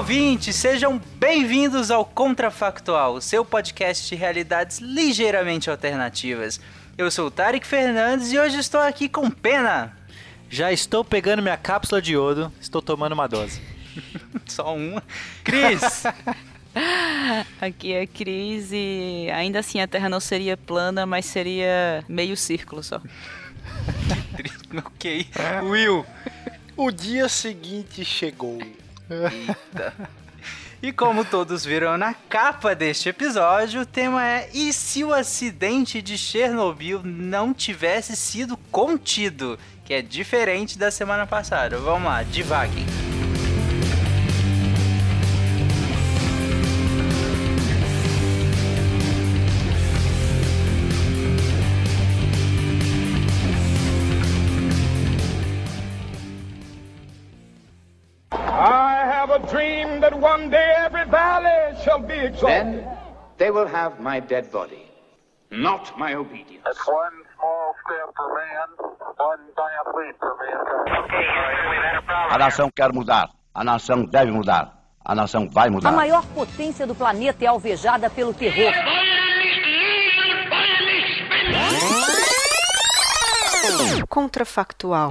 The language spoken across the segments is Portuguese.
ouvintes, sejam bem-vindos ao Contrafactual, seu podcast de realidades ligeiramente alternativas. Eu sou o Tarek Fernandes e hoje estou aqui com Pena. Já estou pegando minha cápsula de iodo, estou tomando uma dose. Só uma. Cris. Aqui é Cris e ainda assim a Terra não seria plana, mas seria meio círculo só. Ok. Will. O dia seguinte chegou. Eita. E como todos viram na capa deste episódio, o tema é: e se o acidente de Chernobyl não tivesse sido contido? Que é diferente da semana passada. Vamos lá, divaguem. Dream that one day every valley shall be exalted. Then they will have my dead body, not my obedience. That's one small step for man, one giant leap for mankind. Okay, we've had a problem. A nação quer mudar, a nação deve mudar, a nação vai mudar. A maior potência do planeta é alvejada pelo terror. Contrafactual.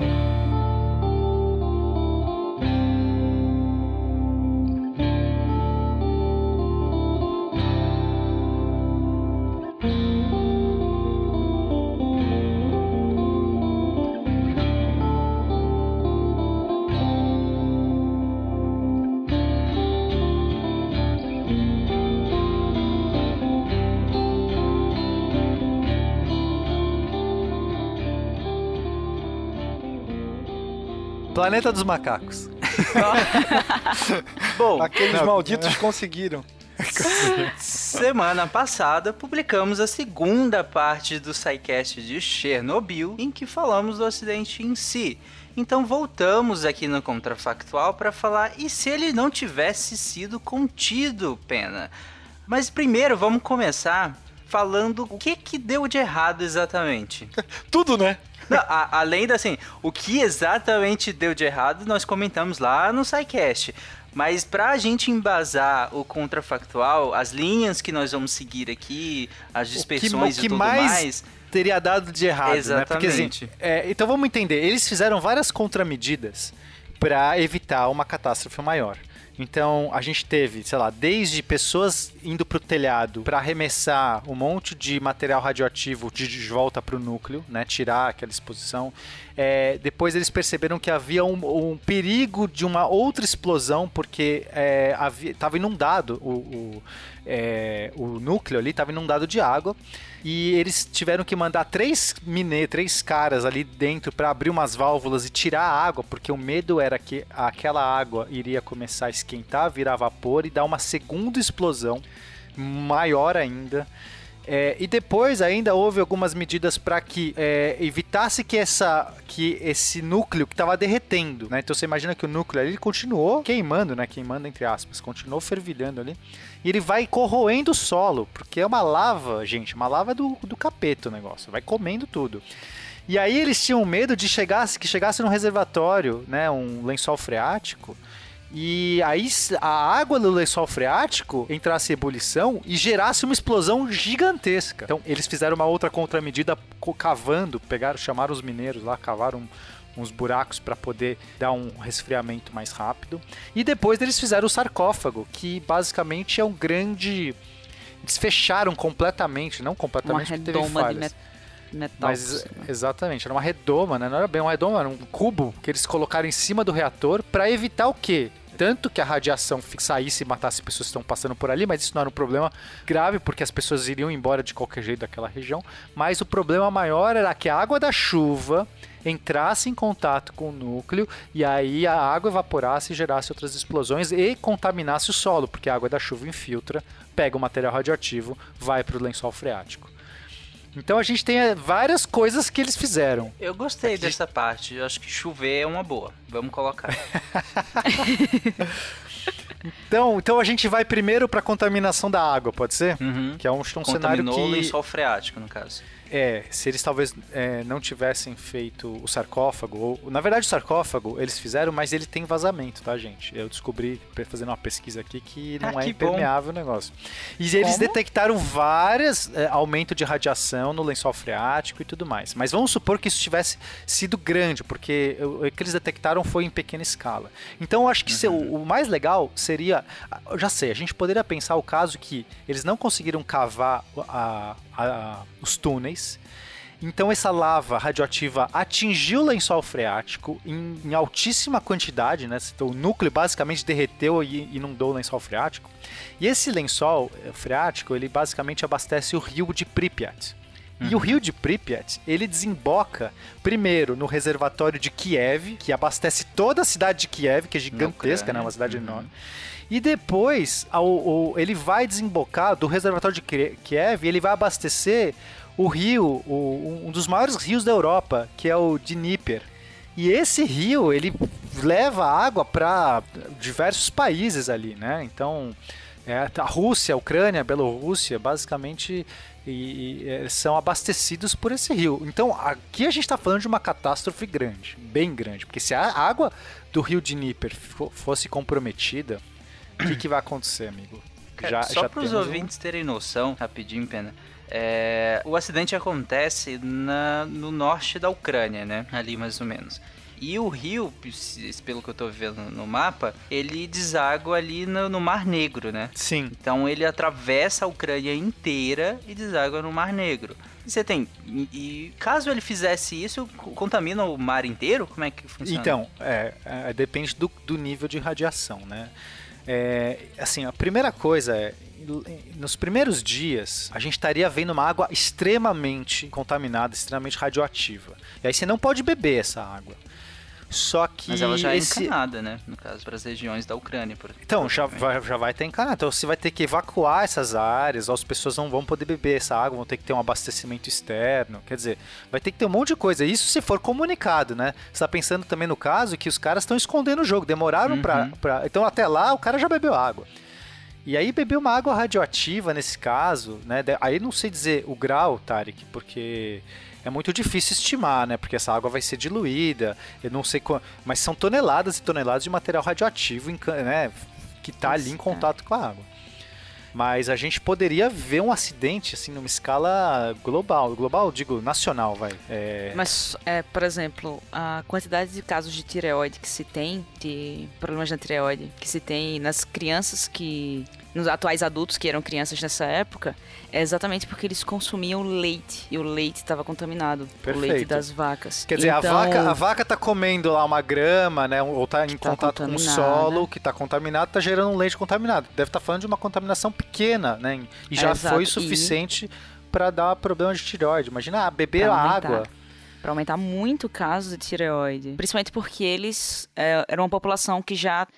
Planeta dos Macacos. Bom, aqueles malditos conseguiram. Semana passada publicamos a segunda parte do SciCast de Chernobyl, em que falamos do acidente em si. Então voltamos aqui no Contrafactual para falar: e se ele não tivesse sido contido, Pena? Mas primeiro vamos começar falando o que deu de errado exatamente. Tudo, né? Não, além da, assim, o que exatamente deu de errado, nós comentamos lá no SciCast. Mas pra gente embasar o contrafactual, as linhas que nós vamos seguir aqui, as dispersões e tudo mais... teria dado de errado, exatamente. Né? Porque, assim, então vamos entender, eles fizeram várias contramedidas para evitar uma catástrofe maior. Então, a gente teve, sei lá, desde pessoas indo pro telhado para arremessar um monte de material radioativo de volta pro núcleo, né? Tirar aquela exposição. Depois eles perceberam que havia um perigo de uma outra explosão, porque estava inundado o núcleo ali, estava inundado de água. E eles tiveram que mandar três caras ali dentro para abrir umas válvulas e tirar a água, porque o medo era que aquela água iria começar a esquentar, virar vapor e dar uma segunda explosão maior ainda. E depois ainda houve algumas medidas para que evitasse que esse núcleo que estava derretendo, né? Então você imagina que o núcleo ali continuou queimando, né? Queimando entre aspas, continuou fervilhando ali. E ele vai corroendo o solo, porque é uma lava, gente, uma lava do capeta o negócio, vai comendo tudo. E aí eles tinham medo de que chegasse num reservatório, né? Um lençol freático. E aí a água do lençol freático entrasse em ebulição e gerasse uma explosão gigantesca. Então eles fizeram uma outra contramedida cavando, chamaram os mineiros lá, cavaram uns buracos para poder dar um resfriamento mais rápido. E depois eles fizeram o sarcófago, que basicamente é um grande... Eles fecharam completamente, não completamente, uma porque teve redoma falhas. De metal. Mas, exatamente, era uma redoma, né? Não era bem uma redoma, era um cubo que eles colocaram em cima do reator para evitar o quê? Tanto que a radiação saísse e matasse pessoas que estão passando por ali, mas isso não era um problema grave, porque as pessoas iriam embora de qualquer jeito daquela região. Mas o problema maior era que a água da chuva entrasse em contato com o núcleo e aí a água evaporasse e gerasse outras explosões e contaminasse o solo, porque a água da chuva infiltra, pega o material radioativo, vai para o lençol freático. Então a gente tem várias coisas que eles fizeram. Eu gostei dessa parte. Eu acho que chover é uma boa. Vamos colocar. Então a gente vai primeiro para a contaminação da água, pode ser? Uhum. Que é um cenário que... Contaminou o lençol freático, no caso. Se eles talvez não tivessem feito o sarcófago, ou, na verdade o sarcófago eles fizeram, mas ele tem vazamento, tá, gente? Eu descobri, fazendo uma pesquisa aqui, que não é impermeável o negócio. E eles detectaram vários aumentos de radiação no lençol freático e tudo mais. Mas vamos supor que isso tivesse sido grande, porque o que eles detectaram foi em pequena escala. Então eu acho que o mais legal seria, eu já sei, a gente poderia pensar o caso que eles não conseguiram cavar os túneis, então essa lava radioativa atingiu o lençol freático em altíssima quantidade, né? O núcleo basicamente derreteu e inundou o lençol freático, e esse lençol freático, ele basicamente abastece o rio de Pripyat. E o rio de Pripyat, ele desemboca primeiro no reservatório de Kiev, que abastece toda a cidade de Kiev, que é gigantesca, né? Uma cidade enorme. E depois ele vai desembocar do reservatório de Kiev e ele vai abastecer o rio, um dos maiores rios da Europa, que é o Dnieper. E esse rio, ele leva água para diversos países ali, né? Então, a Rússia, a Ucrânia, a Bielorrússia, basicamente são abastecidos por esse rio. Então, aqui a gente está falando de uma catástrofe grande, bem grande, porque se a água do rio Dnieper fosse comprometida, o que vai acontecer, amigo? Só para os ouvintes terem noção, rapidinho, Pena, o acidente acontece no norte da Ucrânia, né? Ali mais ou menos. E o rio, pelo que eu tô vendo no mapa, ele deságua ali no Mar Negro, né? Sim. Então ele atravessa a Ucrânia inteira e deságua no Mar Negro. E caso ele fizesse isso, contamina o mar inteiro? Como é que funciona? Então, depende do nível de radiação, né? Assim, a primeira coisa nos primeiros dias, a gente estaria vendo uma água extremamente contaminada, extremamente radioativa. E aí você não pode beber essa água. Só que mas ela já é encanada, né? No caso, para as regiões da Ucrânia. Então, já vai ter encanada. Então, você vai ter que evacuar essas áreas, as pessoas não vão poder beber essa água, vão ter que ter um abastecimento externo. Quer dizer, vai ter que ter um monte de coisa. Isso se for comunicado, né? Você está pensando também no caso que os caras estão escondendo o jogo, demoraram pra... Então, até lá, o cara já bebeu água. E aí, beber uma água radioativa, nesse caso, né? Aí não sei dizer o grau, Tarek, porque... é muito difícil estimar, né? Porque essa água vai ser diluída, eu não sei mas são toneladas e toneladas de material radioativo, né? Que tá ali em contato com a água. Mas a gente poderia ver um acidente, assim, numa escala global. Global, digo, nacional, vai. Mas, por exemplo, a quantidade de casos de tireoide que se tem, de problemas na tireoide, que se tem nas crianças nos atuais adultos que eram crianças nessa época, é exatamente porque eles consumiam leite, e o leite estava contaminado. Perfeito. O leite das vacas. Quer dizer, então, a vaca tá comendo lá uma grama, né, ou tá em contato com o solo, que tá contaminado, tá gerando um leite contaminado. Deve estar falando de uma contaminação pequena, né, e já foi suficiente para dar problema de tireoide. Imagina, beber a água... Para aumentar muito o caso de tireoide. Principalmente porque eles eram uma população que já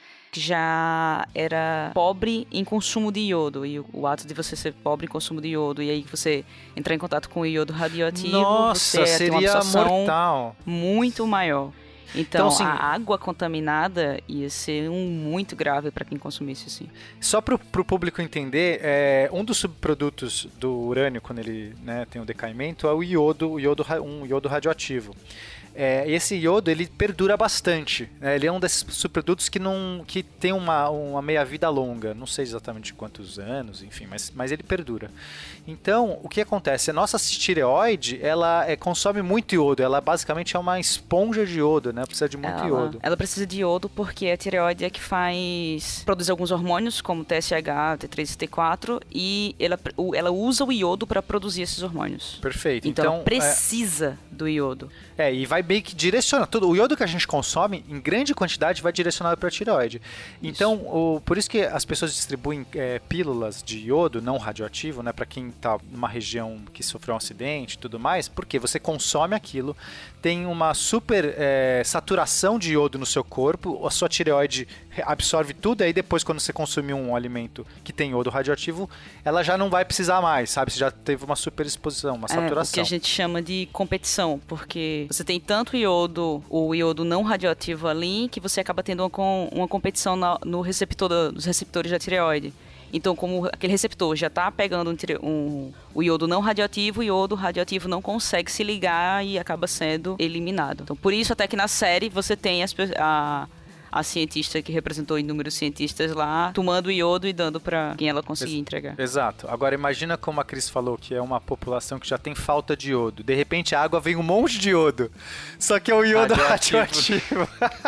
era pobre em consumo de iodo. E o ato de você ser pobre em consumo de iodo, e aí você entrar em contato com o iodo radioativo, nossa, você seria ter uma absorção mortal. Muito maior. Então assim, a água contaminada ia ser muito grave para quem consumisse, assim. Só para o público entender, um dos subprodutos do urânio, quando ele, né, tem o decaimento, é um iodo radioativo. Esse iodo, ele perdura bastante. Ele é um desses subprodutos que tem uma meia-vida longa. Não sei exatamente quantos anos, enfim, mas ele perdura. Então, o que acontece? A nossa tireoide, ela consome muito iodo. Ela basicamente é uma esponja de iodo, né? Precisa de muito iodo. Ela precisa de iodo porque a tireoide é que produz alguns hormônios, como TSH, T3 e T4, e ela usa o iodo para produzir esses hormônios. Perfeito. Então ela precisa do iodo. E vai meio que direciona tudo. O iodo que a gente consome, em grande quantidade, vai direcionado para a tireoide. Então, por isso que as pessoas distribuem pílulas de iodo não radioativo, né, para quem está numa região que sofreu um acidente e tudo mais, porque você consome aquilo, tem uma super saturação de iodo no seu corpo, a sua tireoide absorve tudo, aí depois, quando você consumir um alimento que tem iodo radioativo, ela já não vai precisar mais, sabe? Você já teve uma super exposição, uma saturação. O que a gente chama de competição, porque você tem tanto o iodo não radioativo ali, que você acaba tendo uma competição nos receptores da tireoide. Então, como aquele receptor já está pegando o iodo não radioativo, o iodo radioativo não consegue se ligar e acaba sendo eliminado. Então, por isso, até que na série você tem a cientista que representou inúmeros cientistas lá, tomando o iodo e dando para quem ela conseguir entregar. Exato. Agora, imagina como a Cris falou, que é uma população que já tem falta de iodo. De repente, a água vem um monte de iodo. Só que é o iodo radioativo.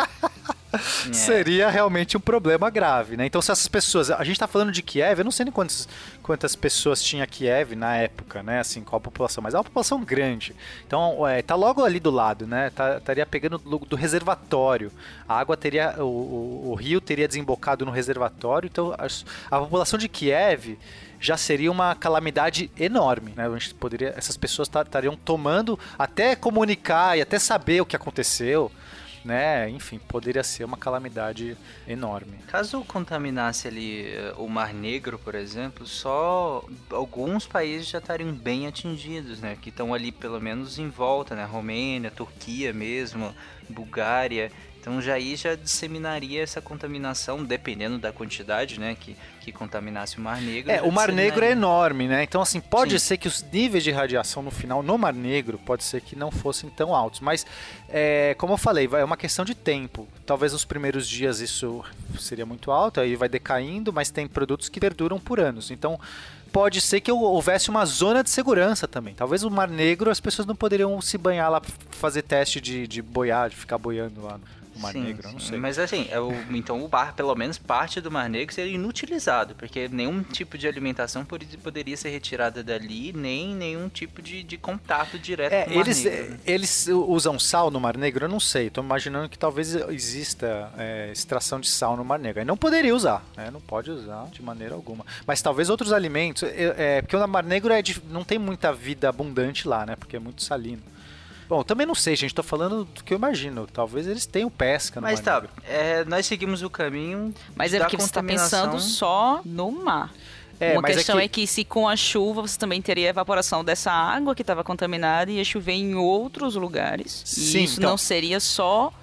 Seria realmente um problema grave, né? Então, se essas pessoas... A gente tá falando de Kiev, eu não sei nem quantas pessoas tinha Kiev na época, né? Assim, qual a população, mas é uma população grande. Então, tá logo ali do lado, né? Estaria pegando do reservatório. A água teria... O rio teria desembocado no reservatório. Então, a população de Kiev já seria uma calamidade enorme, né? Essas pessoas estariam tomando, até comunicar e até saber o que aconteceu, né? Enfim, poderia ser uma calamidade enorme. Caso contaminasse ali o Mar Negro, por exemplo, só alguns países já estariam bem atingidos, né? Que estão ali pelo menos em volta, né? Romênia, Turquia mesmo, Bulgária. Então já disseminaria essa contaminação, dependendo da quantidade, né, que contaminasse o Mar Negro. O Mar Negro é enorme, né? Então, assim, pode ser que os níveis de radiação no final, no Mar Negro, pode ser que não fossem tão altos. Mas, como eu falei, é uma questão de tempo. Talvez nos primeiros dias isso seria muito alto, aí vai decaindo, mas tem produtos que perduram por anos. Então, pode ser que houvesse uma zona de segurança também. Talvez o Mar Negro, as pessoas não poderiam se banhar lá, fazer teste de boiar, de ficar boiando lá no Mar Negro, eu não sei. Mas assim, então o bar, pelo menos parte do Mar Negro seria inutilizado, porque nenhum tipo de alimentação poderia ser retirada dali, nem nenhum tipo de contato direto com o Mar Negro. Eles usam sal no Mar Negro? Eu não sei, estou imaginando que talvez exista extração de sal no Mar Negro. Aí não poderia usar, né? Não pode usar de maneira alguma. Mas talvez outros alimentos, porque o Mar Negro não tem muita vida abundante lá, né? Porque é muito salino. Bom, também não sei, gente, tô falando do que eu imagino. Talvez eles tenham pesca no Mar Negro. Nós seguimos o caminho. Mas é porque você está pensando só no mar. Uma questão é que se com a chuva você também teria evaporação dessa água que estava contaminada e ia chover em outros lugares. Sim, e isso não seria só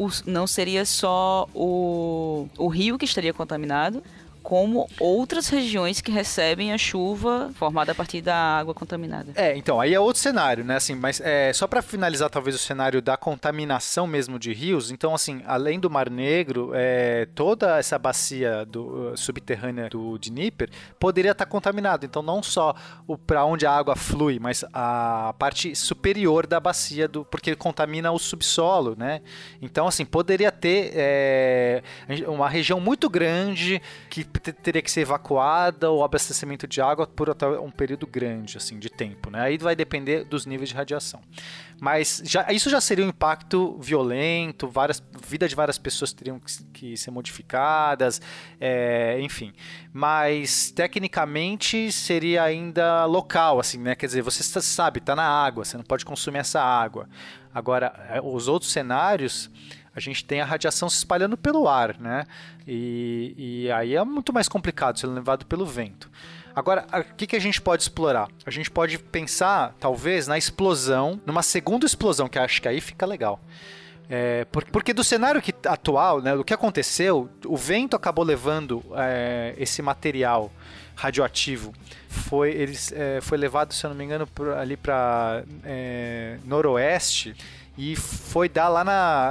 o rio que estaria contaminado, como outras regiões que recebem a chuva formada a partir da água contaminada. Então, aí é outro cenário, né? Assim, mas só para finalizar talvez o cenário da contaminação mesmo de rios, então assim, além do Mar Negro, toda essa bacia subterrânea do Dnieper poderia estar contaminada. Então não só para onde a água flui, mas a parte superior da bacia, porque contamina o subsolo, né? Então assim, poderia ter uma região muito grande que teria que ser evacuada ou abastecimento de água por até um período grande assim, de tempo, né? Aí vai depender dos níveis de radiação. Mas isso já seria um impacto violento, vida de várias pessoas teriam que ser modificadas, enfim. Mas, tecnicamente, seria ainda local, assim, né? Quer dizer, você sabe, está na água, você não pode consumir essa água. Agora, os outros cenários, a gente tem a radiação se espalhando pelo ar, né? E aí é muito mais complicado, sendo levado pelo vento. Agora, o que a gente pode explorar? A gente pode pensar, talvez, na explosão, numa segunda explosão, que acho que aí fica legal. Porque do cenário atual, né, do que aconteceu, o vento acabou levando esse material radioativo. Foi levado, se eu não me engano, ali para noroeste, e foi dar lá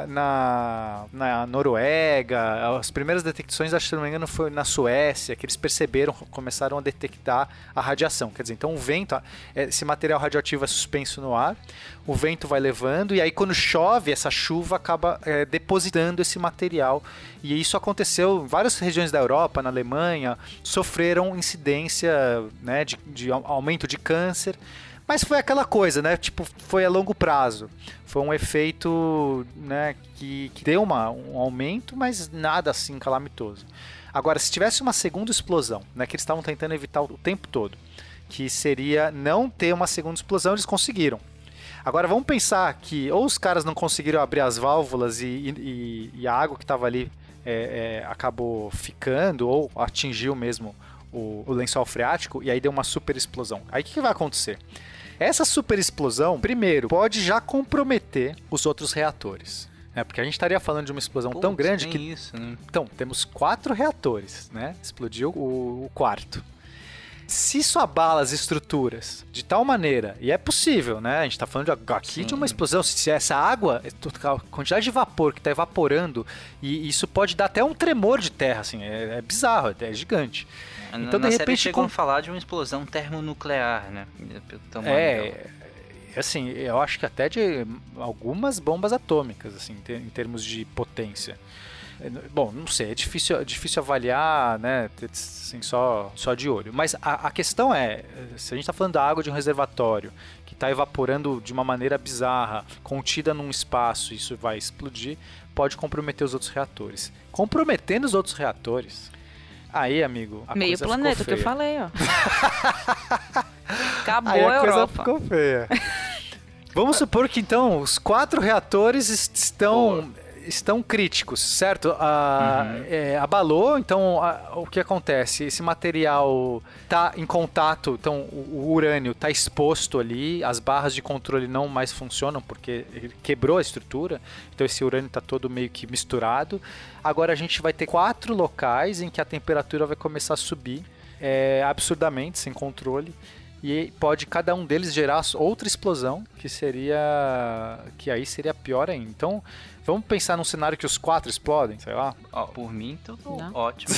na Noruega. As primeiras detecções, acho que se não me engano, foi na Suécia, que eles começaram a detectar a radiação. Quer dizer, então o vento, esse material radioativo é suspenso no ar, o vento vai levando, e aí quando chove, essa chuva acaba depositando esse material. E isso aconteceu em várias regiões da Europa, na Alemanha, sofreram incidência, né, de aumento de câncer. Mas foi aquela coisa, né? Tipo, foi a longo prazo. Foi um efeito, né, que deu um aumento, mas nada assim calamitoso. Agora, se tivesse uma segunda explosão, né, que eles estavam tentando evitar o tempo todo, que seria não ter uma segunda explosão, eles conseguiram. Agora, vamos pensar que ou os caras não conseguiram abrir as válvulas e a água que estava ali acabou ficando, ou atingiu mesmo o lençol freático, e aí deu uma super explosão. Aí o que vai acontecer? Essa super explosão, primeiro, pode já comprometer os outros reatores. Porque a gente estaria falando de uma explosão tão grande que... isso, né? Então, temos 4 reatores, né? Explodiu o quarto. Se isso abala as estruturas de tal maneira, e é possível, né? A gente tá falando aqui de uma explosão, se essa água, a quantidade de vapor que tá evaporando, e isso pode dar até um tremor de terra, assim, é bizarro, é gigante. Então, de repente chegam a falar de uma explosão termonuclear, né? Pelo tamanho dela. Assim, eu acho que até de algumas bombas atômicas, assim, em termos de potência. Bom, não sei, é difícil avaliar, né, assim, só de olho. Mas a questão é, se a gente está falando da água de um reservatório que está evaporando de uma maneira bizarra, contida num espaço, e isso vai explodir, pode comprometer os outros reatores. Comprometendo os outros reatores, aí, amigo, a meio coisa planeta, ficou feia. que eu falei, ó. Acabou aí a Europa. Coisa ficou feia. Vamos supor que, então, os 4 reatores estão críticos, certo? Abalou, então o que acontece? Esse material está em contato, então o urânio está exposto ali, as barras de controle não mais funcionam porque ele quebrou a estrutura, então esse urânio está todo meio que misturado. Agora a gente vai ter 4 locais em que a temperatura vai começar a subir absurdamente, sem controle. E pode cada um deles gerar outra explosão, que aí seria pior ainda. Então, vamos pensar num cenário que os 4 explodem, sei lá. Por mim, tudo ótimo.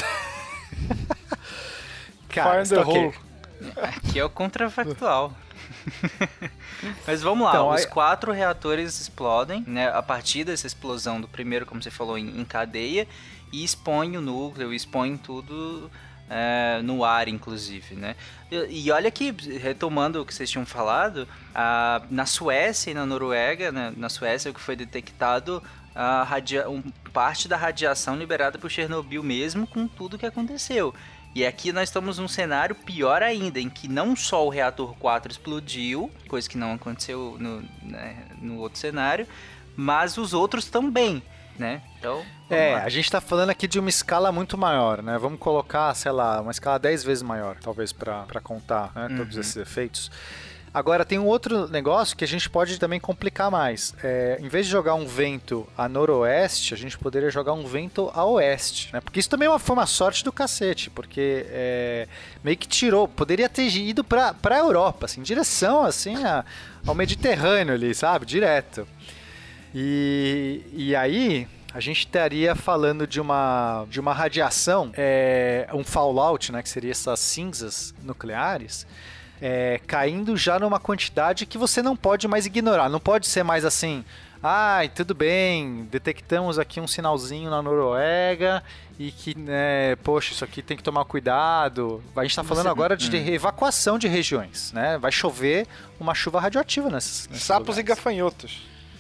Cara, Fire in the hole. Aqui é o contrafactual. Mas vamos lá, então, os 4 reatores explodem, né, a partir dessa explosão do primeiro, como você falou, em cadeia, e expõe o núcleo, expõe tudo... no ar, inclusive, né? E olha que, retomando o que vocês tinham falado, na Suécia e na Noruega, né? Na Suécia, o que foi detectado parte da radiação liberada por Chernobyl mesmo, com tudo que aconteceu. E aqui nós estamos num cenário pior ainda, em que não só o reator 4 explodiu, coisa que não aconteceu no outro cenário, mas os outros também. Né? Então, a gente tá falando aqui de uma escala muito maior, né? Vamos colocar, sei lá, uma escala 10 vezes maior, talvez, para contar, né, todos esses efeitos. Agora, tem um outro negócio que a gente pode também complicar mais. Em vez de jogar um vento a noroeste, a gente poderia jogar um vento a oeste, né? Porque isso também foi uma sorte do cacete, porque meio que poderia ter ido pra Europa, assim, em direção, assim, ao Mediterrâneo ali, sabe? Direto. E aí a gente estaria falando de uma radiação, um fallout, né, que seria essas cinzas nucleares, caindo já numa quantidade que você não pode mais ignorar. Não pode ser mais assim, tudo bem, detectamos aqui um sinalzinho na Noruega e que, poxa, isso aqui tem que tomar cuidado. A gente está falando agora de evacuação de regiões, né? Vai chover uma chuva radioativa nesses sapos lugares. E gafanhotos.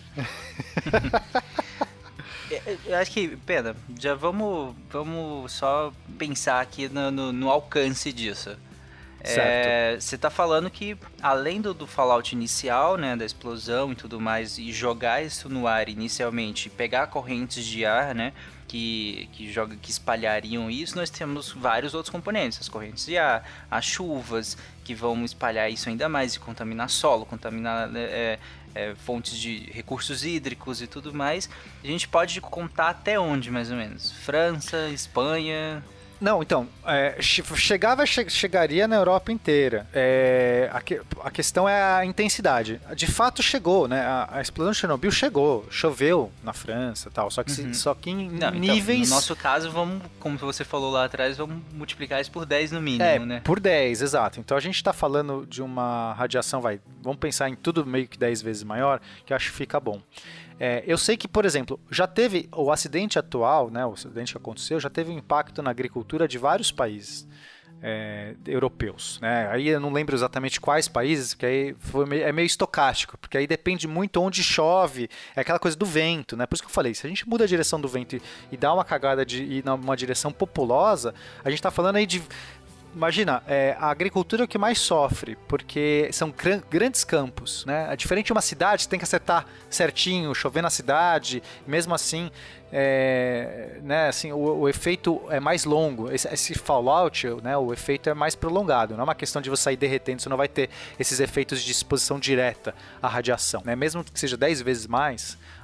Eu acho que, Pena, já vamos só pensar aqui no alcance disso. Você tá falando que, além do fallout inicial, né, da explosão e tudo mais, e jogar isso no ar inicialmente, pegar correntes de ar, né, que espalhariam isso, nós temos vários outros componentes, as correntes de ar, as chuvas, que vão espalhar isso ainda mais e contaminar solo, contaminar fontes de recursos hídricos e tudo mais. A gente pode contar até onde, mais ou menos? França, Espanha... Não, então, chegaria na Europa inteira. A questão é a intensidade. De fato chegou, né? A explosão de Chernobyl choveu na França e tal, só que em níveis... Então, no nosso caso, vamos, como você falou lá atrás, vamos multiplicar isso por 10 no mínimo, né? Por 10, exato. Então a gente está falando de uma radiação, vamos pensar em tudo meio que 10 vezes maior, que eu acho que fica bom. Eu sei que, por exemplo, já teve o acidente atual, né, o acidente que aconteceu, já teve um impacto na agricultura de vários países europeus, né? Aí eu não lembro exatamente quais países, porque aí é meio estocástico, porque aí depende muito onde chove, é aquela coisa do vento, né? Por isso que eu falei, se a gente muda a direção do vento e dá uma cagada de ir numa direção populosa, a gente está falando aí de... Imagina, a agricultura é o que mais sofre, porque são grandes campos, né? Diferente de uma cidade, você tem que acertar certinho, chover na cidade, mesmo assim, né, assim, o efeito é mais longo. Esse fallout, né, o efeito é mais prolongado. Não é uma questão de você sair derretendo, você não vai ter esses efeitos de exposição direta à radiação, né? Mesmo que seja 10 vezes mais,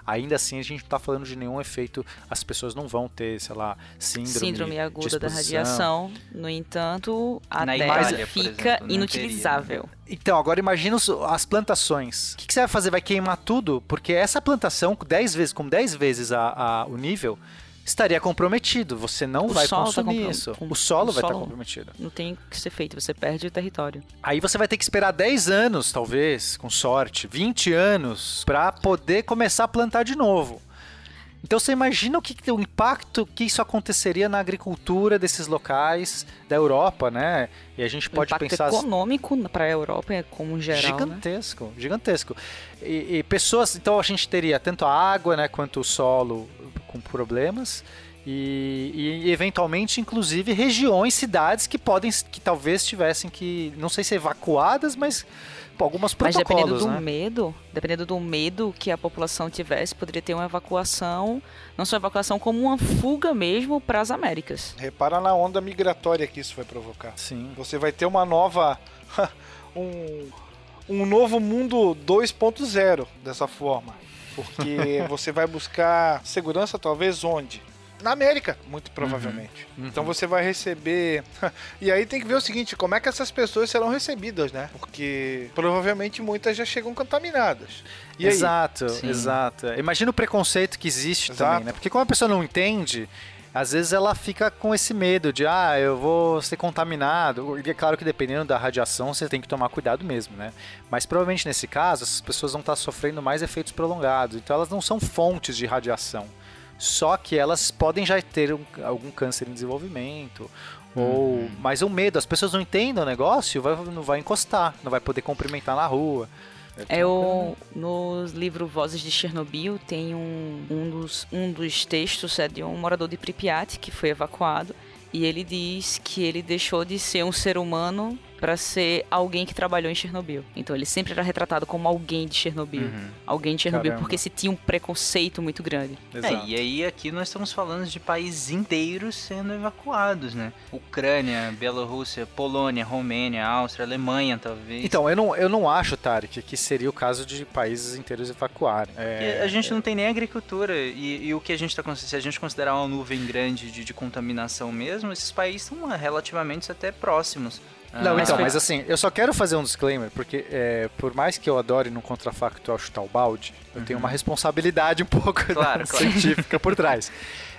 ainda assim a gente não tá falando de nenhum efeito, as pessoas não vão ter, sei lá, síndrome aguda da exposição. radiação. No entanto, a Na terra Itália, por fica exemplo, não inutilizável. Então, agora imagina as plantações. O que você vai fazer? Vai queimar tudo? Porque essa plantação, com 10 vezes o nível, estaria comprometido. Você não vai consumir isso. O solo vai estar comprometido. Não tem o que ser feito, você perde o território. Aí você vai ter que esperar 10 anos, talvez, com sorte, 20 anos, para poder começar a plantar de novo. Então você imagina o impacto que isso aconteceria na agricultura desses locais da Europa, né? E a gente pode pensar... O impacto econômico para a Europa, como geral, gigantesco, né? Gigantesco. E pessoas... Então a gente teria tanto a água, né, quanto o solo com problemas e eventualmente, inclusive, regiões, cidades que talvez tivessem que, não sei se evacuadas, mas... algumas protocolos, dependendo do medo que a população tivesse, poderia ter uma evacuação, não só evacuação, como uma fuga mesmo para as Américas. Repara na onda migratória que isso vai provocar. Sim. Você vai ter uma nova... um novo mundo 2.0 dessa forma. Porque você vai buscar segurança talvez onde? Na América, muito provavelmente. Uhum. Então você vai receber... E aí tem que ver o seguinte, como é que essas pessoas serão recebidas, né? Porque provavelmente muitas já chegam contaminadas. E exato, exato. Imagina o preconceito que existe também, né? Porque como a pessoa não entende, às vezes ela fica com esse medo de, eu vou ser contaminado. E é claro que dependendo da radiação, você tem que tomar cuidado mesmo, né? Mas provavelmente nesse caso, as pessoas vão estar sofrendo mais efeitos prolongados. Então elas não são fontes de radiação. Só que elas podem já ter algum câncer em desenvolvimento. Mas o medo, as pessoas não entendem o negócio, não vai encostar, não vai poder cumprimentar na rua. No livro Vozes de Chernobyl tem um dos textos de um morador de Pripyat que foi evacuado. E ele diz que ele deixou de ser um ser humano para ser alguém que trabalhou em Chernobyl. Então ele sempre era retratado como alguém de Chernobyl. Alguém de Chernobyl, porque se tinha um preconceito muito grande. E aí aqui nós estamos falando de países inteiros sendo evacuados, né? Ucrânia, Bielorrússia, Polônia, Romênia, Áustria, Alemanha, talvez. Então, eu não acho, Tarek, que seria o caso de países inteiros evacuarem. A gente não tem nem agricultura. E o que a gente está considerando, se a gente considerar uma nuvem grande de contaminação mesmo, esses países estão relativamente até próximos. Não, então, mas assim, eu só quero fazer um disclaimer, porque por mais que eu adore no contrafactual chutar o balde, eu tenho uma responsabilidade um pouco científica por trás.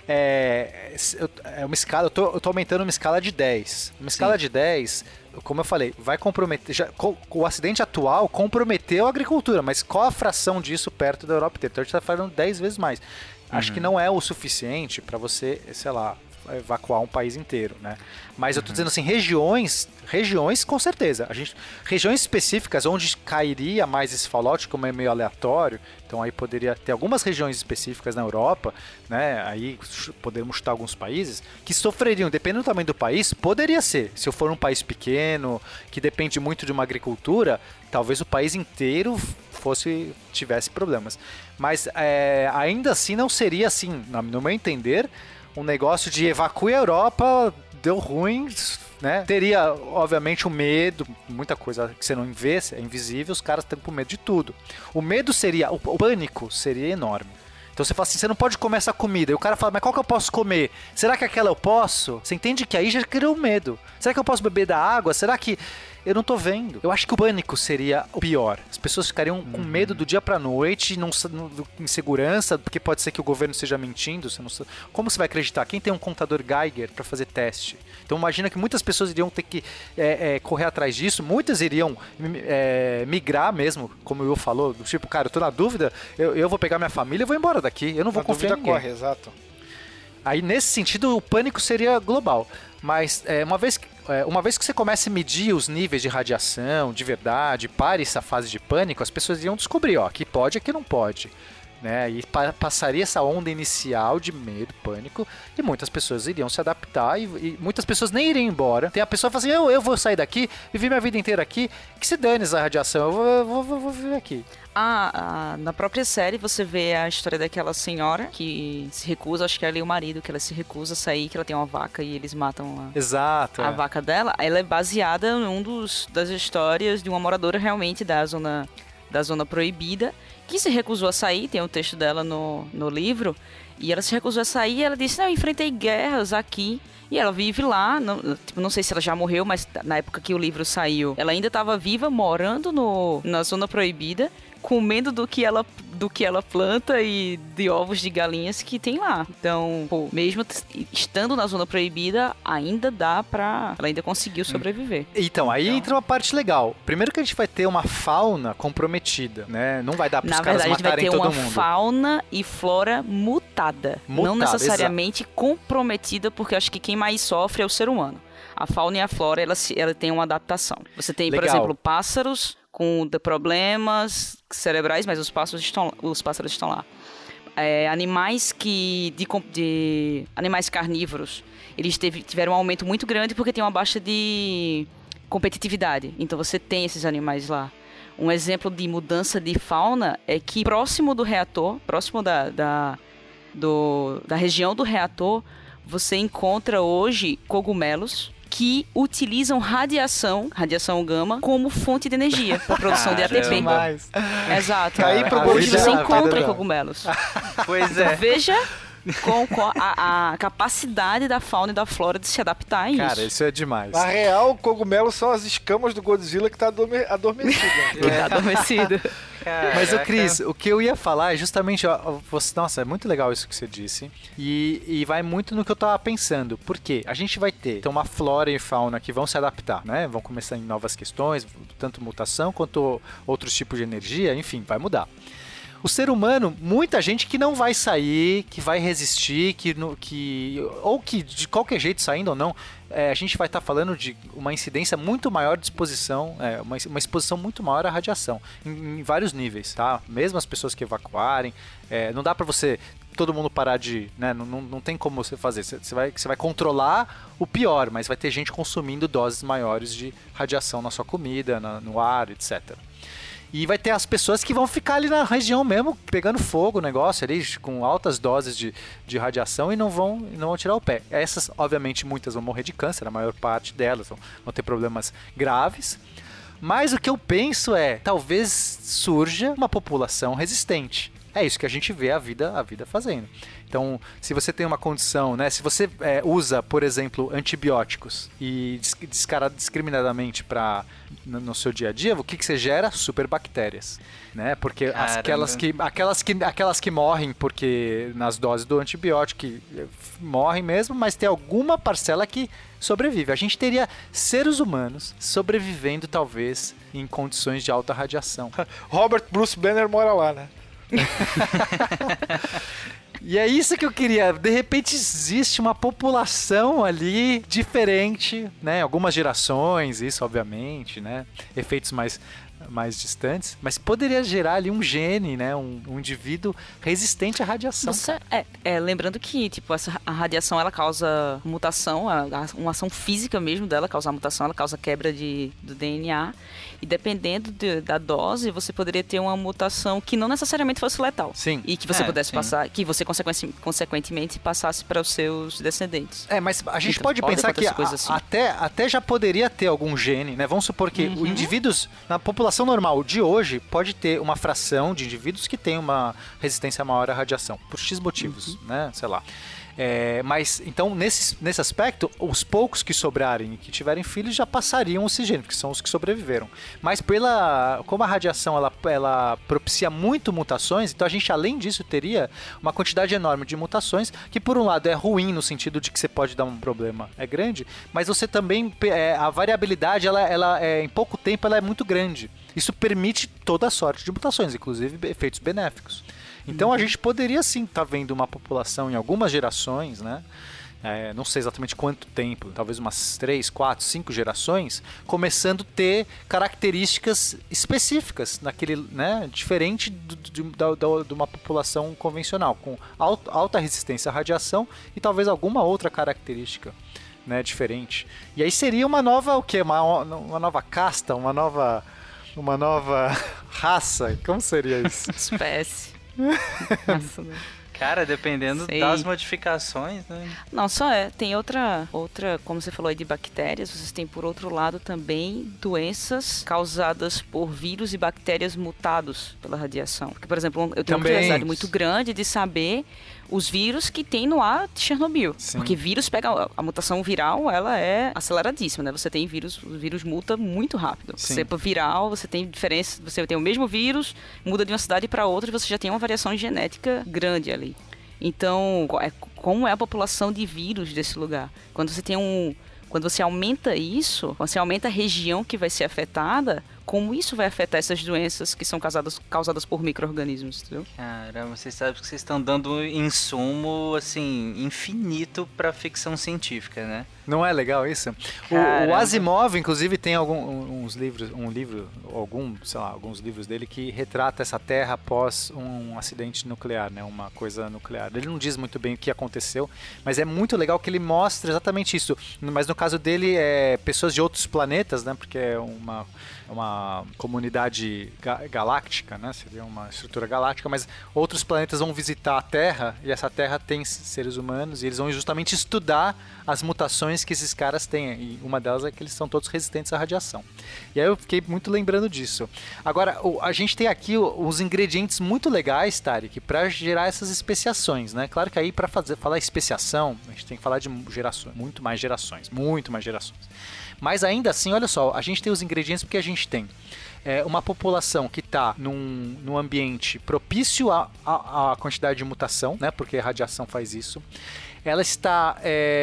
É uma escala, eu tô aumentando uma escala de 10. Uma escala de 10, como eu falei, vai comprometer. O acidente atual comprometeu a agricultura, mas qual a fração disso perto da Europa inteira? Então a gente tá falando 10 vezes mais. Acho que não é o suficiente para você, sei lá, evacuar um país inteiro, né? Mas eu tô dizendo assim, regiões com certeza. Regiões específicas onde cairia mais esse fallout, como é meio aleatório, então aí poderia ter algumas regiões específicas na Europa, né? Aí poderíamos chutar alguns países que sofreriam, dependendo do tamanho do país, poderia ser. Se eu for um país pequeno, que depende muito de uma agricultura, talvez o país inteiro tivesse problemas. Mas ainda assim não seria assim, no meu entender, um negócio de evacue a Europa, deu ruim, né? Teria, obviamente, o medo, muita coisa que você não vê, é invisível, os caras estão com medo de tudo. O medo seria, o pânico seria enorme. Então você fala assim, você não pode comer essa comida. E o cara fala, mas qual que eu posso comer? Será que aquela eu posso? Você entende que aí já criou medo. Será que eu posso beber da água? Será que... Eu não tô vendo. Eu acho que o pânico seria o pior. As pessoas ficariam com medo do dia pra noite, insegurança, porque pode ser que o governo esteja mentindo. Como você vai acreditar? Quem tem um contador Geiger pra fazer teste? Então imagina que muitas pessoas iriam ter que correr atrás disso. Muitas iriam migrar mesmo, como o Will falou. Do tipo, cara, eu tô na dúvida, eu vou pegar minha família e vou embora daqui. Eu não vou confiar em ninguém. Corre, exato. Aí, nesse sentido, o pânico seria global. Mas, uma vez que você começa a medir os níveis de radiação, de verdade, pare essa fase de pânico, as pessoas iriam descobrir, aqui pode, aqui não pode. Né? E passaria essa onda inicial de medo, pânico, e muitas pessoas iriam se adaptar e muitas pessoas nem iriam embora. Tem a pessoa que fala assim, eu vou sair daqui, vivi minha vida inteira aqui, que se dane essa radiação, eu vou viver aqui. Na própria série você vê a história daquela senhora que se recusa, acho que ela e o marido, que ela se recusa a sair, que ela tem uma vaca e eles matam a vaca dela. Ela é baseada em das histórias de uma moradora realmente da zona proibida, que se recusou a sair, tem um texto dela no livro, e ela se recusou a sair e ela disse, não, eu enfrentei guerras aqui. E ela vive lá, não sei se ela já morreu, mas na época que o livro saiu, ela ainda estava viva, morando na Zona Proibida, comendo do que ela planta e de ovos de galinhas que tem lá. Então, pô, mesmo estando na Zona Proibida, ainda dá pra... Ela ainda conseguiu sobreviver. Então, aí entra uma parte legal. Primeiro que a gente vai ter uma fauna comprometida, né? Não vai dar pros caras matarem todo mundo. Na verdade, a gente vai ter uma fauna e flora mutada. Não necessariamente comprometida, porque eu acho que quem mais sofre é o ser humano. A fauna e a flora, ela tem uma adaptação. Você tem, por exemplo, pássaros com problemas cerebrais, mas os pássaros estão lá. Animais animais carnívoros, eles tiveram um aumento muito grande porque tem uma baixa de competitividade. Então você tem esses animais lá. Um exemplo de mudança de fauna é que próximo do reator, próximo da região do reator, você encontra hoje cogumelos que utilizam radiação gama, como fonte de energia para produção de ATP. Exato. Aí hoje você encontra cogumelos. Pois é. Então, veja com a capacidade da fauna e da flora de se adaptar a isso. Cara, isso é demais. Na real, cogumelos são as escamas do Godzilla que tá adormecido. Tá adormecido. Caraca. Mas, Cris, o que eu ia falar é justamente... Nossa, é muito legal isso que você disse. E vai muito no que eu tava pensando. Por quê? A gente vai ter então, uma flora e fauna que vão se adaptar, né? Vão começar em novas questões, tanto mutação quanto outros tipos de energia. Enfim, vai mudar. O ser humano, muita gente que não vai sair, que vai resistir, ou que de qualquer jeito, saindo ou não, a gente vai estar falando de uma incidência muito maior de exposição, uma exposição muito maior à radiação, em vários níveis, tá? Mesmo as pessoas que evacuarem, não dá pra você... todo mundo parar de... né? Não tem como você fazer. Você vai controlar o pior, mas vai ter gente consumindo doses maiores de radiação na sua comida, no ar, etc. E vai ter as pessoas que vão ficar ali na região mesmo, pegando fogo o negócio ali, com altas doses de radiação e não vão tirar o pé. Essas, obviamente, muitas vão morrer de câncer, a maior parte delas vão ter problemas graves. Mas o que eu penso talvez surja uma população resistente. É isso que a gente vê a vida fazendo. Então, se você tem uma condição, né? Se você usa, por exemplo, antibióticos e discriminadamente no seu dia a dia, o que você gera? Superbactérias, né? Porque aquelas que morrem porque nas doses do antibiótico morrem mesmo, mas tem alguma parcela que sobrevive. A gente teria seres humanos sobrevivendo, talvez, em condições de alta radiação. Robert Bruce Banner mora lá, né? E é isso que eu queria. De repente existe uma população ali diferente, né? Algumas gerações, isso obviamente, né? Efeitos mais distantes, mas poderia gerar ali um gene, né? Um indivíduo resistente à radiação. Lembrando que tipo, a radiação ela causa mutação, uma ação física mesmo dela causa mutação, ela causa quebra do DNA. E dependendo da dose, você poderia ter uma mutação que não necessariamente fosse letal. Sim. E que você pudesse passar, que você consequentemente passasse para os seus descendentes. Mas a gente pode pensar que assim. até já poderia ter algum gene, né? Vamos supor que os indivíduos, na população normal de hoje, pode ter uma fração de indivíduos que tem uma resistência maior à radiação, por X motivos, né? Sei lá. Mas, então, nesse aspecto, os poucos que sobrarem e que tiverem filhos já passariam esse gene, porque são os que sobreviveram. Mas como a radiação ela propicia muito mutações, então a gente, além disso, teria uma quantidade enorme de mutações, que por um lado é ruim no sentido de que você pode dar um problema grande, mas você também, a variabilidade, ela em pouco tempo, ela é muito grande. Isso permite toda a sorte de mutações, inclusive efeitos benéficos. Então a gente poderia sim estar vendo uma população em algumas gerações, né? Não sei exatamente quanto tempo, talvez umas 3, 4, 5 gerações, começando a ter características específicas naquele, né? Diferente de uma população convencional, com alta resistência à radiação e talvez alguma outra característica, né? Diferente. E aí seria uma nova, o quê? Uma nova casta, uma nova raça? Como seria isso? Espécie. Cara, dependendo das modificações, né? Não, tem outra, como você falou aí de bactérias, vocês têm por outro lado também doenças causadas por vírus e bactérias mutados pela radiação. Porque, por exemplo, eu tenho uma curiosidade muito grande de saber os vírus que tem no ar de Chernobyl. Sim. Porque vírus pega... A mutação viral, ela é aceleradíssima, né? Você tem vírus... O vírus muta muito rápido. Sim. Você, viral, você tem diferença... Você tem o mesmo vírus, muda de uma cidade para outra e você já tem uma variação genética grande ali. Então, como é a população de vírus desse lugar? Quando você aumenta isso, quando você aumenta a região que vai ser afetada, como isso vai afetar essas doenças que são causadas por micro-organismos, entendeu? Caramba, vocês sabem que vocês estão dando insumo, assim, infinito pra ficção científica, né? Não é legal isso? O Asimov, inclusive, tem alguns livros dele que retrata essa Terra após um acidente nuclear, né? Uma coisa nuclear. Ele não diz muito bem o que aconteceu, mas é muito legal que ele mostra exatamente isso. Mas no caso dele, pessoas de outros planetas, né? Porque é uma comunidade galáctica, né? Seria uma estrutura galáctica, mas outros planetas vão visitar a Terra e essa Terra tem seres humanos e eles vão justamente estudar as mutações que esses caras têm, e uma delas é que eles são todos resistentes à radiação. E aí eu fiquei muito lembrando disso. Agora, a gente tem aqui os ingredientes muito legais, Tarek, para gerar essas especiações, né? Claro que aí para falar especiação, a gente tem que falar de gerações, muito mais gerações. Mas ainda assim, olha só, a gente tem os ingredientes porque a gente tem uma população que está num ambiente propício à quantidade de mutação, né? Porque a radiação faz isso. Ela está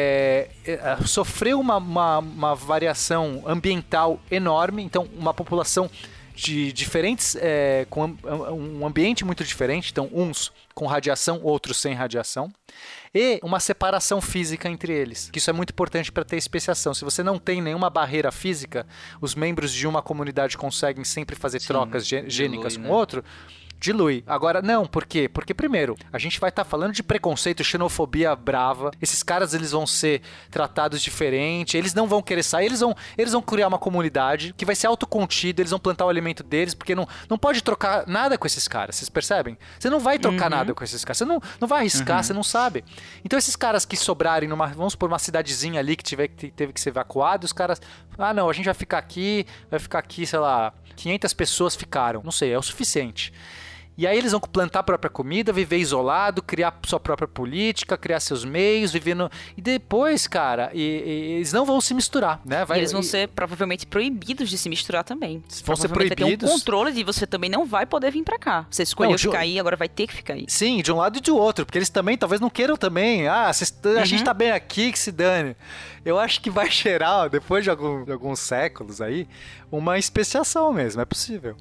sofreu uma variação ambiental enorme, então uma população de diferentes, com um ambiente muito diferente, então uns com radiação, outros sem radiação, e uma separação física entre eles, que isso é muito importante para ter especiação. Se você não tem nenhuma barreira física, os membros de uma comunidade conseguem sempre fazer trocas gênicas com o outro, dilui. Agora, não, por quê? Porque, primeiro, a gente vai estar falando de preconceito, xenofobia brava. Esses caras, eles vão ser tratados diferente, eles não vão querer sair, eles vão criar uma comunidade que vai ser autocontido, eles vão plantar o alimento deles, porque não pode trocar nada com esses caras, vocês percebem? Você não vai trocar nada com esses caras, você não vai arriscar, você não sabe. Então, esses caras que sobrarem vamos por uma cidadezinha ali que teve que ser evacuada, os caras, não, a gente vai ficar aqui, sei lá, 500 pessoas ficaram, não sei, é o suficiente. E aí eles vão plantar a própria comida, viver isolado, criar sua própria política, criar seus meios, vivendo... E depois, cara, eles não vão se misturar, né? Eles vão ser provavelmente proibidos de se misturar também. Vão ser proibidos. Vai ter um controle de você também não vai poder vir pra cá. Você escolheu ficar aí, agora vai ter que ficar aí. Sim, de um lado e de outro, porque eles também talvez não queiram também. A gente tá bem aqui, que se dane. Eu acho que vai gerar, depois de alguns séculos aí, uma especiação mesmo, é possível.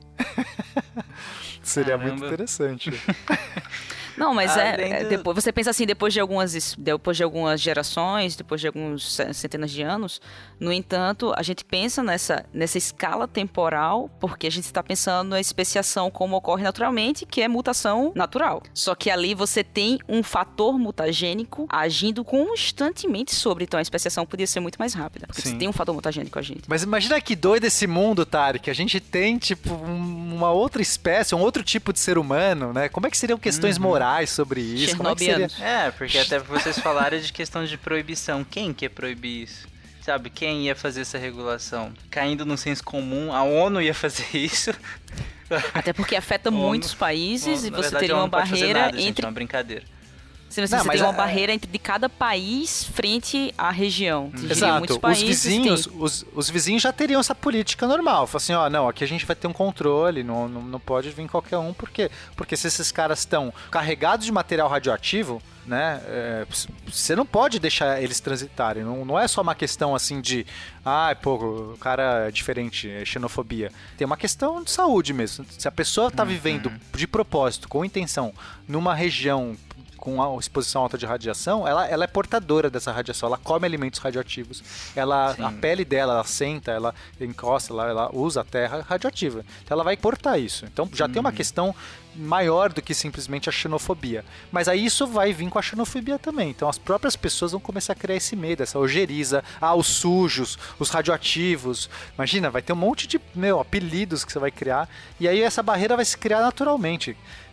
Seria muito interessante. Não, mas depois, você pensa assim, depois de algumas gerações, depois de algumas centenas de anos, no entanto, a gente pensa nessa escala temporal, porque a gente está pensando na especiação como ocorre naturalmente, que é mutação natural. Só que ali você tem um fator mutagênico agindo constantemente sobre, então a especiação podia ser muito mais rápida, porque você tem um fator mutagênico agindo. Mas imagina que doido esse mundo, Tarek, que a gente tem, tipo, uma outra espécie, um outro tipo de ser humano, né? Como é que seriam questões morais sobre isso? Como é que seria? Porque até vocês falaram de questão de proibição. Quem quer proibir isso? Sabe, quem ia fazer essa regulação? Caindo no senso comum, a ONU ia fazer isso. Até porque afeta muitos países e você teria uma barreira entre... Gente, é uma brincadeira. Se você tem uma barreira entre de cada país frente à região. Exato. Os vizinhos já teriam essa política normal. Fala assim, não, aqui a gente vai ter um controle, não pode vir qualquer um. Por quê? Porque se esses caras estão carregados de material radioativo, né, você não pode deixar eles transitarem. Não é só uma questão assim de o cara é diferente, é xenofobia. Tem uma questão de saúde mesmo. Se a pessoa está vivendo de propósito, com intenção, numa região com a exposição alta de radiação, ela é portadora dessa radiação, ela come alimentos radioativos, a pele dela, ela senta, ela encosta, ela usa a terra radioativa. Então ela vai portar isso. Então já tem uma questão maior do que simplesmente a xenofobia. Mas aí isso vai vir com a xenofobia também. Então as próprias pessoas vão começar a criar esse medo, essa ojeriza, os sujos, os radioativos. Imagina, vai ter um monte de apelidos que você vai criar, e aí essa barreira vai se criar naturalmente.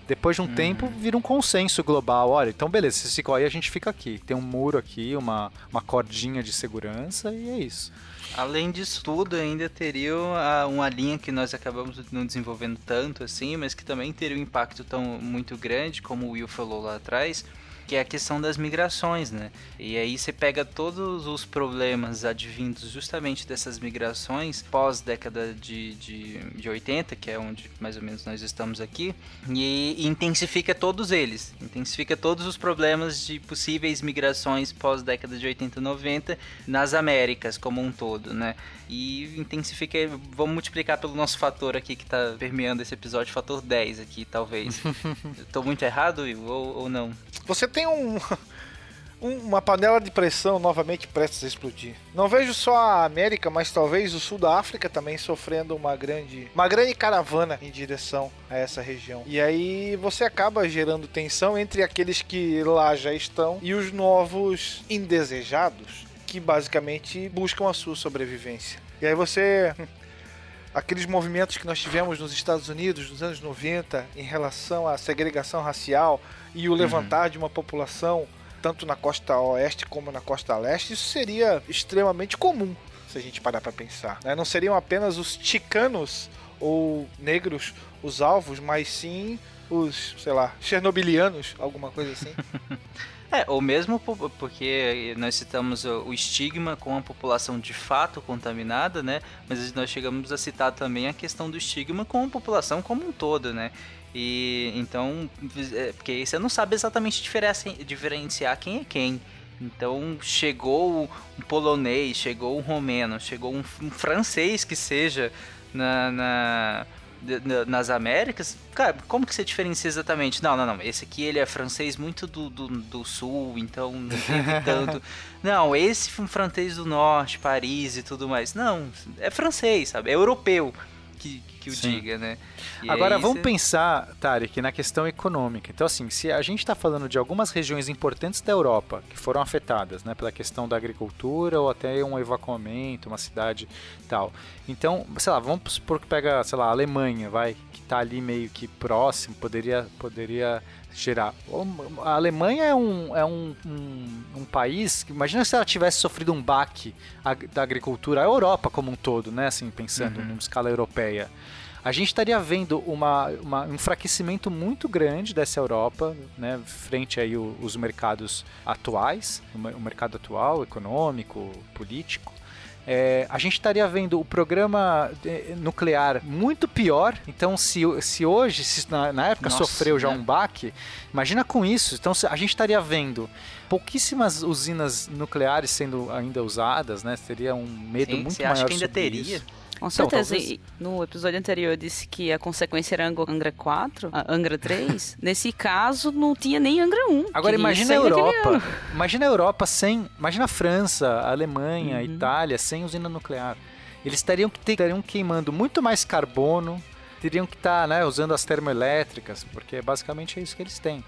Depois de um tempo, vira um consenso global. Olha, então beleza, se ficou aí, a gente fica aqui. Tem um muro aqui, uma cordinha de segurança e é isso. Além disso tudo, ainda teria uma linha que nós acabamos não desenvolvendo tanto assim, mas que também teria um impacto muito grande, como o Will falou lá atrás, que é a questão das migrações, né? E aí você pega todos os problemas advindos justamente dessas migrações pós-década de 80, que é onde mais ou menos nós estamos aqui, e intensifica todos eles. Intensifica todos os problemas de possíveis migrações pós-década de 80 e 90 nas Américas como um todo, né? E intensifica, vamos multiplicar pelo nosso fator aqui que tá permeando esse episódio, fator 10 aqui, talvez. Tô muito errado, Will, ou não? Você tem uma panela de pressão novamente prestes a explodir. Não vejo só a América, mas talvez o sul da África também sofrendo uma grande caravana em direção a essa região. E aí você acaba gerando tensão entre aqueles que lá já estão e os novos indesejados, que basicamente buscam a sua sobrevivência. E aí você... Aqueles movimentos que nós tivemos nos Estados Unidos nos anos 90 em relação à segregação racial e o levantar de uma população tanto na costa oeste como na costa leste, isso seria extremamente comum se a gente parar para pensar, né? Não seriam apenas os chicanos ou negros os alvos, mas sim os, sei lá, chernobilianos, alguma coisa assim. Ou mesmo porque nós citamos o estigma com a população de fato contaminada, né? Mas nós chegamos a citar também a questão do estigma com a população como um todo, né? E então, porque aí você não sabe exatamente diferenciar quem é quem. Então chegou um polonês, chegou um romeno, chegou um francês que seja nas Américas, cara, como que você diferencia exatamente? Não, esse aqui ele é francês muito do sul, então não teve tanto. Não, esse foi um francês do norte, Paris e tudo mais. Não, é francês, sabe? É europeu que o diga, né? E agora vamos pensar, Tarek, na questão econômica. Então assim, se a gente está falando de algumas regiões importantes da Europa que foram afetadas, né, pela questão da agricultura ou até um evacuamento, uma cidade tal. Então, sei lá, vamos supor que pega, sei lá, a Alemanha, que está ali meio que próximo, poderia gerar. A Alemanha é um país que, imagina se ela tivesse sofrido um baque da agricultura, a Europa como um todo, né, assim, pensando numa escala europeia. A gente estaria vendo um enfraquecimento muito grande dessa Europa, né, frente aí os mercados atuais, o mercado atual, econômico, político. A gente estaria vendo o programa nuclear muito pior. Então, se hoje, na época sofreu já um baque, imagina com isso. Então, a gente estaria vendo pouquíssimas usinas nucleares sendo ainda usadas, né? Seria um medo muito maior. Você acha que ainda teria? Isso. Com certeza, no episódio anterior eu disse que a consequência era Angra 4, Angra 3. Nesse caso, não tinha nem Angra 1. Agora imagina a Europa. Imagina a Europa sem... Imagina a França, a Alemanha, a Itália sem usina nuclear. Eles estariam queimando muito mais carbono, teriam que estar, né, usando as termoelétricas, porque basicamente é isso que eles têm.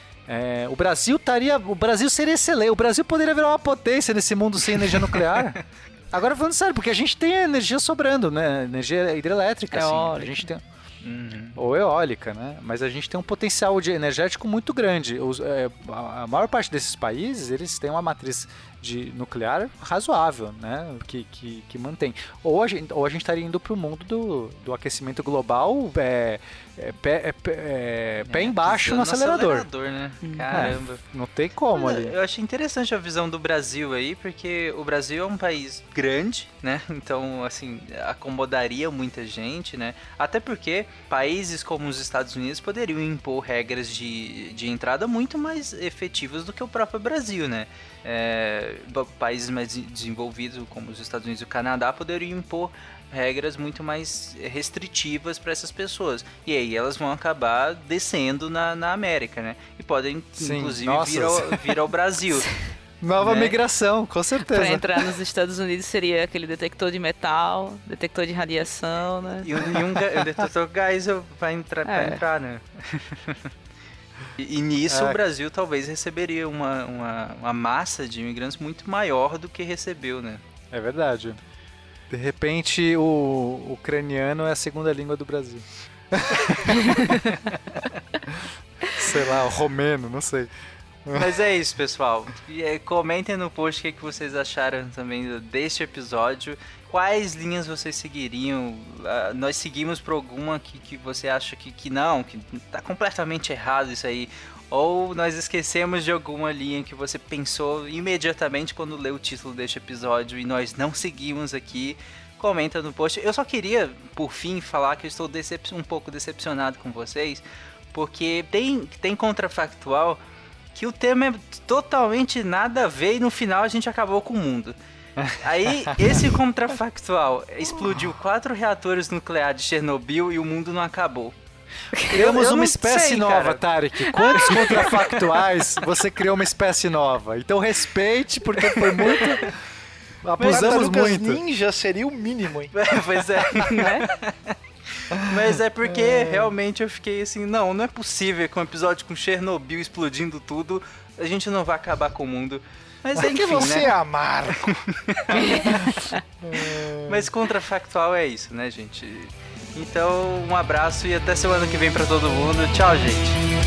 O Brasil seria excelente. O Brasil poderia virar uma potência nesse mundo sem energia nuclear. Agora falando sério, porque a gente tem energia sobrando, né? Energia hidrelétrica, assim. A gente tem... Ou eólica, né? Mas a gente tem um potencial energético muito grande. A maior parte desses países, eles têm uma matriz de nuclear razoável, né? Que mantém. Ou a gente estaria indo para o mundo do aquecimento global pé embaixo no acelerador. Né? Caramba. Não tem como ali. Eu achei interessante a visão do Brasil aí, porque o Brasil é um país grande, né? Então, assim, acomodaria muita gente, né? Até porque países como os Estados Unidos poderiam impor regras de entrada muito mais efetivas do que o próprio Brasil, né? Países mais desenvolvidos como os Estados Unidos e o Canadá poderiam impor regras muito mais restritivas para essas pessoas. E aí elas vão acabar descendo na América, né? E podem, inclusive, vir ao Brasil. Nova migração, com certeza. Para entrar nos Estados Unidos seria aquele detector de metal, detector de radiação, né? E um detector Geisel para entrar, né? E nisso o Brasil talvez receberia uma massa de imigrantes muito maior do que recebeu, né? É verdade. De repente, o ucraniano é a segunda língua do Brasil. sei lá, romeno, não sei. Mas é isso, pessoal. Comentem no post o que vocês acharam também deste episódio. Quais linhas vocês seguiriam? Nós seguimos por alguma que você acha que não, que tá completamente errado isso aí. Ou nós esquecemos de alguma linha que você pensou imediatamente quando leu o título deste episódio e nós não seguimos aqui. Comenta no post. Eu só queria, por fim, falar que eu estou um pouco decepcionado com vocês, porque tem contrafactual que o tema é totalmente nada a ver e no final a gente acabou com o mundo. Aí, esse contrafactual explodiu 4 reatores nucleares de Chernobyl e o mundo não acabou. Criamos uma espécie nova, cara. Tarek. Quantos contrafactuais você criou uma espécie nova? Então respeite, porque foi muito... Abusamos muito. Ninja seria o mínimo, hein? Pois é, né? Mas é porque realmente eu fiquei assim, não é possível que um episódio com Chernobyl explodindo tudo, a gente não vai acabar com o mundo. Mas enfim, que você né? é amargo. Mas contrafactual é isso, né, gente? Então, um abraço e até semana que vem pra todo mundo. Tchau, gente.